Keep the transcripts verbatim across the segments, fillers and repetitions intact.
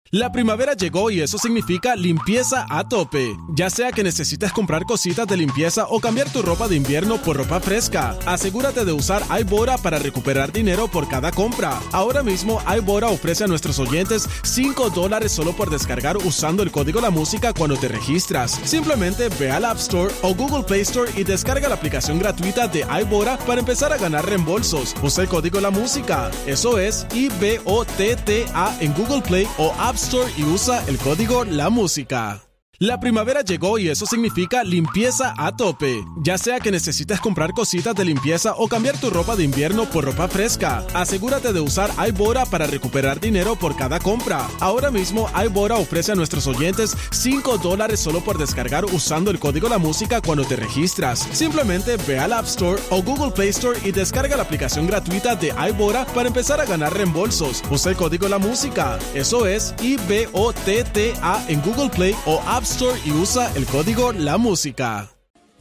La primavera llegó y eso significa limpieza a tope. Ya sea que necesites comprar cositas de limpieza o cambiar tu ropa de invierno por ropa fresca, asegúrate de usar iBora para recuperar dinero por cada compra. Ahora mismo iBora ofrece a nuestros oyentes cinco dólares solo por descargar usando el código La Música cuando te registras. Simplemente ve al App Store o Google Play Store y descarga la aplicación gratuita de iBora para empezar a ganar reembolsos. Usa el código La Música. Eso es I B O T T A en Google Play o App Store y usa el código La Música. La primavera llegó y eso significa limpieza a tope. Ya sea que necesites comprar cositas de limpieza o cambiar tu ropa de invierno por ropa fresca, asegúrate de usar iBora para recuperar dinero por cada compra. Ahora mismo iBora ofrece a nuestros oyentes cinco dólares solo por descargar usando el código La Música cuando te registras. Simplemente ve al App Store o Google Play Store y descarga la aplicación gratuita de iBora para empezar a ganar reembolsos. Usa el código La Música. Eso es I B O T T A en Google Play o App Store y usa el código La Música.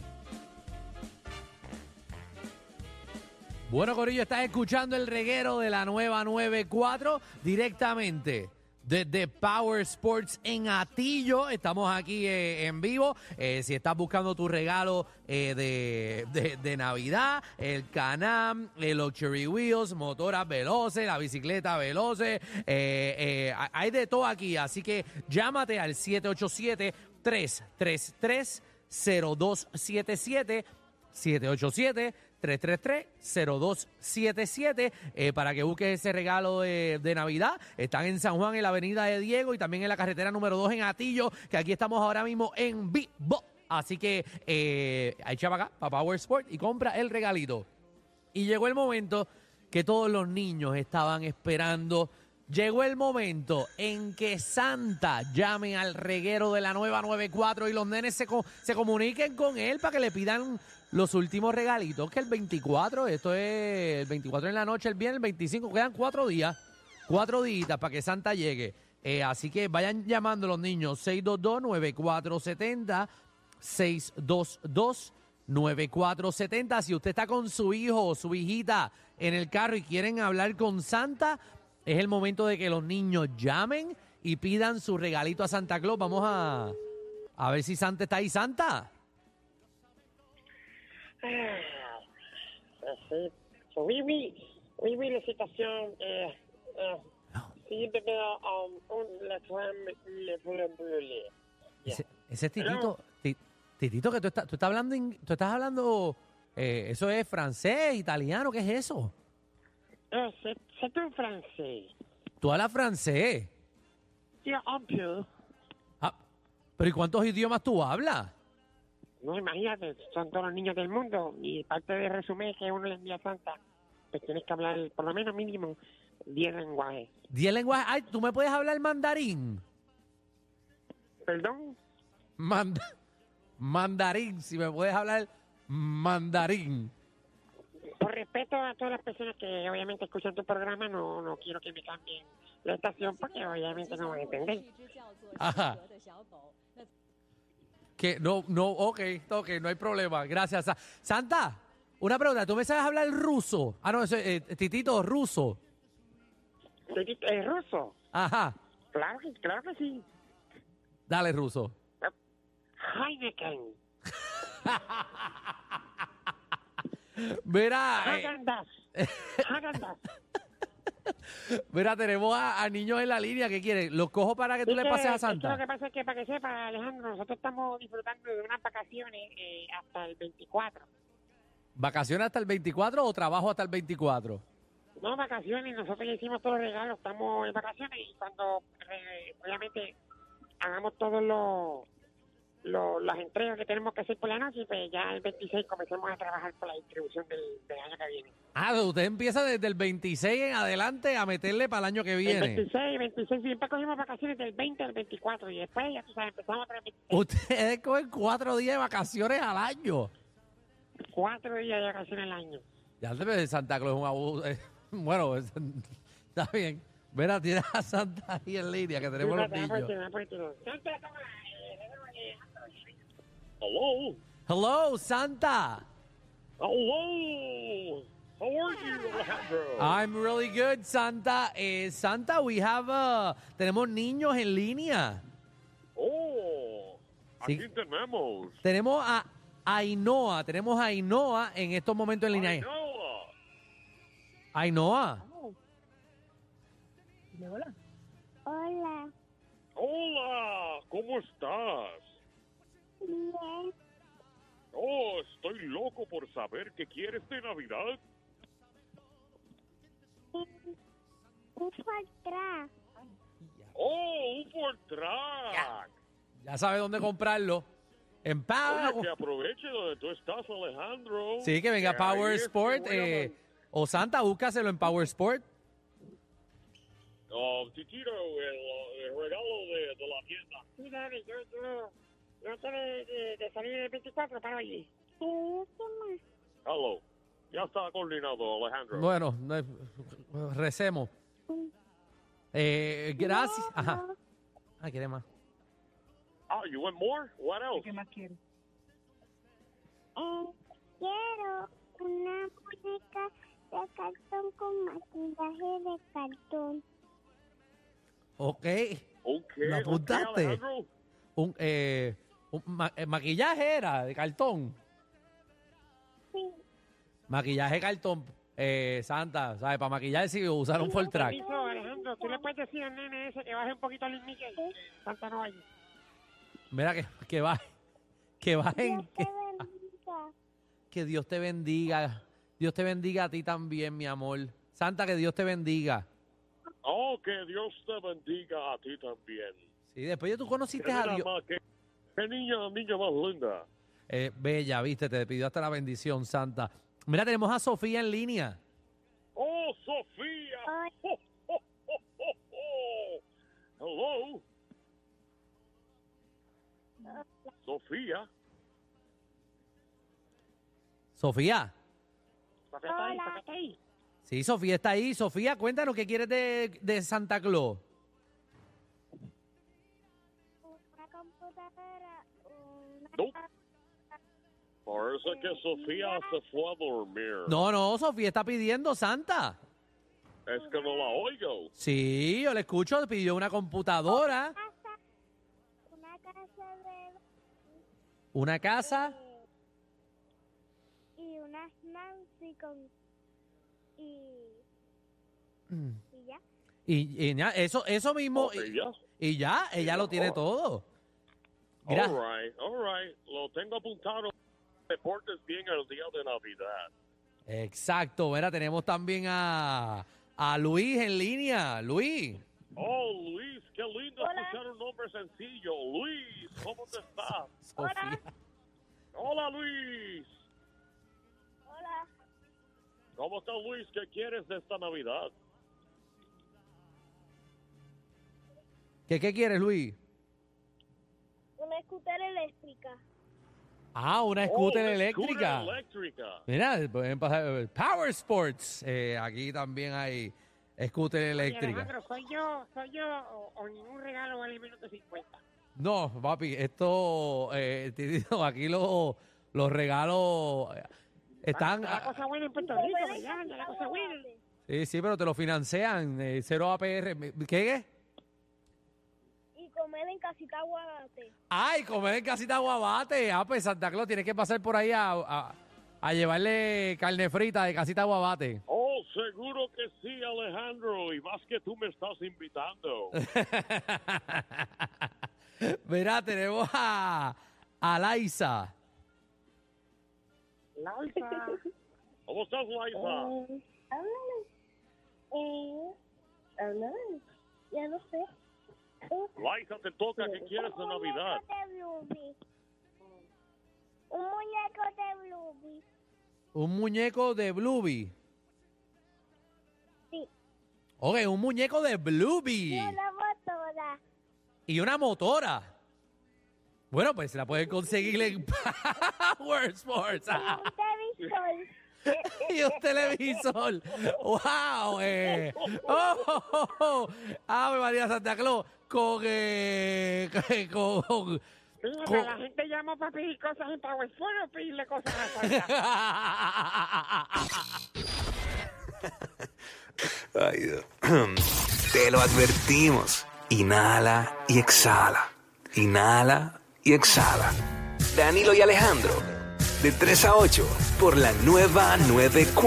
Bueno, Corillo, estás escuchando el reguero de la nueva noventa y cuatro directamente desde Power Sports en Atillo. Estamos aquí eh, en vivo. Eh, si estás buscando tu regalo eh, de, de, de Navidad, el Can-Am, el Luxury Wheels, motoras veloces, la bicicleta veloces, eh, eh, hay de todo aquí. Así que llámate al siete ocho siete, tres tres tres, cero dos siete siete, siete ocho siete, tres tres tres, cero dos siete siete eh, para que busques ese regalo de, de Navidad. Están en San Juan, en la avenida de Diego y también en la carretera número dos en Atillo, que aquí estamos ahora mismo en vivo. Así que eh, echa para acá, para Power Sport y compra el regalito. Y llegó el momento que todos los niños estaban esperando. Llegó el momento en que Santa llame al reguero de la nueva noventa y cuatro y los nenes se, co- se comuniquen con él para que le pidan los últimos regalitos. Que el veinticuatro, esto es el veinticuatro en la noche, el viernes, el veinticinco, quedan cuatro días, cuatro días para que Santa llegue. Eh, así que vayan llamando los niños, seis dos dos, nueve cuatro siete cero, seis dos dos, nueve cuatro siete cero. Si usted está con su hijo o su hijita en el carro y quieren hablar con Santa, es el momento de que los niños llamen y pidan su regalito a Santa Claus. Vamos a, a ver si Santa está ahí. ¿Santa? Ah, sí. So, oui, oui. Oui, oui, la situación. Eh, eh, sí, bebé, um, un, la crème, le bleu, bleu, le. Ese, ese titito, ti- titito que tú estás, tú estás hablando, in- tú estás hablando, eh, eso es francés, italiano, ¿qué es eso? Eh, c'est, c'est un français. Tú hablas francés. Sí, un peu. Ah, pero ¿y cuántos idiomas tú hablas? No, imagínate, son todos los niños del mundo. Y parte del resumen que uno le envía a Santa, pues tienes que hablar por lo menos mínimo diez lenguajes. Diez lenguajes. Ay, ¿tú me puedes hablar mandarín? ¿Perdón? Mand- mandarín, si me puedes hablar mandarín. Por respeto a todas las personas que obviamente escuchan tu programa, no, no quiero que me cambien la estación porque obviamente no van a entender. Ajá. Que no, no, ok, ok, no hay problema. Gracias. Sa- Santa, una pregunta. ¿Tú me sabes hablar ruso? Ah, no, eso es eh, titito ruso. ¿Es ruso? Ajá. Claro que, claro que sí. Dale, ruso. Heineken. Mira, eh, Häagen-Dazs. Häagen-Dazs. mira, tenemos a, a niños en la línea que quieren. Los cojo para que tú Es le que- pases a es que lo Santa. que pasa es que, para que sepa, Alejandro, nosotros estamos disfrutando de unas vacaciones eh, hasta el veinticuatro. ¿Vacaciones hasta el veinticuatro o trabajo hasta el veinticuatro? No, vacaciones, nosotros ya hicimos todos los regalos, estamos en vacaciones y cuando eh, obviamente hagamos todos los los- las entregas que tenemos que hacer por la noche, pues ya el veintiséis comencemos a trabajar por la distribución del, del año que viene. Ah, usted empieza desde el veintiséis en adelante a meterle para el año que El viene. veintiséis, veintiséis, siempre cogimos vacaciones del veinte al veinticuatro y después ya tú sabes, empezamos otra vez Ustedes cogen cuatro días de vacaciones al año. cuatro días de vacaciones al año. Ya te ves, Santa Claus es un abuso. eh, Bueno, es- está bien. Mira, tienes a Santa ahí en línea, que tenemos los niños. Hello. Hello, Santa. Hello. How are you, Alejandro? I'm really good, Santa. Eh, Santa, we have, uh, tenemos niños en línea. Oh, Sí. aquí tenemos. Tenemos a Ainhoa, tenemos a Ainhoa en estos momentos en línea. Ay, Noah. Ainhoa. Hola. Hola. Hola, ¿cómo estás? Bien. Oh, estoy loco por saber qué quieres de Navidad. Un Fortrack. Oh, un Ford Track. Ya sabe dónde comprarlo. En Oye, Power. que aproveche donde tú estás, Alejandro. Sí, que venga ahí Power es que Sport. voy a eh, man- o Santa, búscaselo en Power Sport. Oh, te tiro el, el regalo de, de la tienda. Sí, dale, yo, yo, yo antes de, de, de salir el veinticuatro para allí. ¿Qué más? Hello. Ya está coordinado, Alejandro. Bueno, eh, recemos. Eh, gracias. Ajá. Ah, quiere más. Ah, you want more? What else? ¿Qué más quieres? Eh, quiero una muñeca de cartón con maquillaje de cartón. Ok. Ok, ¿Lo ok, apuntaste? Alejandro. Un, eh, un ma- eh, maquillaje era de cartón. Sí. Maquillaje de cartón. Eh, Santa, ¿sabes? Para maquillar sí usar un full track. Permiso, Alejandro, tú le puedes decir al nene ese que baje un poquito al inicio y Santa no vaya. Mira que, que baje. Que bajen. Dios te Que, bendiga. que Dios te bendiga. Dios te bendiga a ti también, mi amor. Santa, que Dios te bendiga. Oh, que Dios te bendiga a ti también. Sí, después de tú Qué, conociste a nena Dios. más- qué- qué niña, niña más linda. Eh, bella, viste, te pidió hasta la bendición, Santa. Mira, tenemos a Sofía en línea. Oh, Sofía. Hola. Oh, oh, oh, oh, oh. Hello. Sofía. Sofía. Sofía está ahí, Hola. Sofía está ahí. Sí, Sofía está ahí. Sofía, cuéntanos qué quieres de, de Santa Claus. Una computadora. Una Nope. Parece que Sofía se fue a dormir. No, no, Sofía está pidiendo Santa. Es que no la oigo. Sí, yo le escucho, pidió una computadora, casa. Una casa de. una casa. eh, y unas Nancy con. Y. Mm. Y ya. Y, y ya, eso, eso mismo. Ok, Y, ya. y ya, ella lo tiene todo. All Gra- right, all right. Lo tengo apuntado. Deportes bien el día de Navidad. Exacto, mira, tenemos también a, a Luis en línea. Luis. Oh, Luis, qué lindo Hola. escuchar un nombre sencillo. Luis, ¿cómo te estás? Sofía. Hola, Luis. Hola. ¿Cómo está Luis? ¿Qué quieres de esta Navidad? ¿Qué, ¿Qué quieres, Luis? Una scooter eléctrica. Ah, una Oh, scooter una eléctrica. scooter eléctrica. Mira, pueden pasar. Power Sports. Eh, aquí también hay scooter Oye, eléctrica. Alejandro, ¿soy yo, soy yo o, o ningún regalo vale menos de cincuenta? No, papi, esto, eh, te digo, aquí los los regalos eh, están. Está la cosa buena en Puerto Rico, ¿verdad? Está la cosa buena. Sí, sí, pero te lo financian. Eh, cero A P R. ¿Qué? ¿Qué? Y comer en casita aguacate. Ay, comer en casita de aguabate. Ah, pues Santa Claus, tienes que pasar por ahí a, a, a llevarle carne frita de casita de aguabate. Oh, seguro que sí, Alejandro. Y más que tú me estás invitando. Mira, tenemos a, a Laisa. Laisa. ¿Cómo estás, Liza? Eh, habla. Ya no sé. Liza, te toca. ¿Qué quieres de Navidad? Un muñeco de Bluey. Un muñeco de Bluey. Sí. Ok, un muñeco de Bluey. Y una motora. Y una motora. Bueno, pues la pueden conseguir en Power Sports. Un televisor. Y un televisor. ¡Wow! Eh. ¡Oh, oh, oh, oh! ¡Ave María Santa Claus! Con, eh, con, Fíjate, con- la gente llama para pedir cosas en Power Sport o pedirle cosas a Santa. Ay, Dios. Te lo advertimos. Inhala y exhala. Inhala y exhala. Danilo y Alejandro, de tres a ocho, por la nueva noventa y cuatro.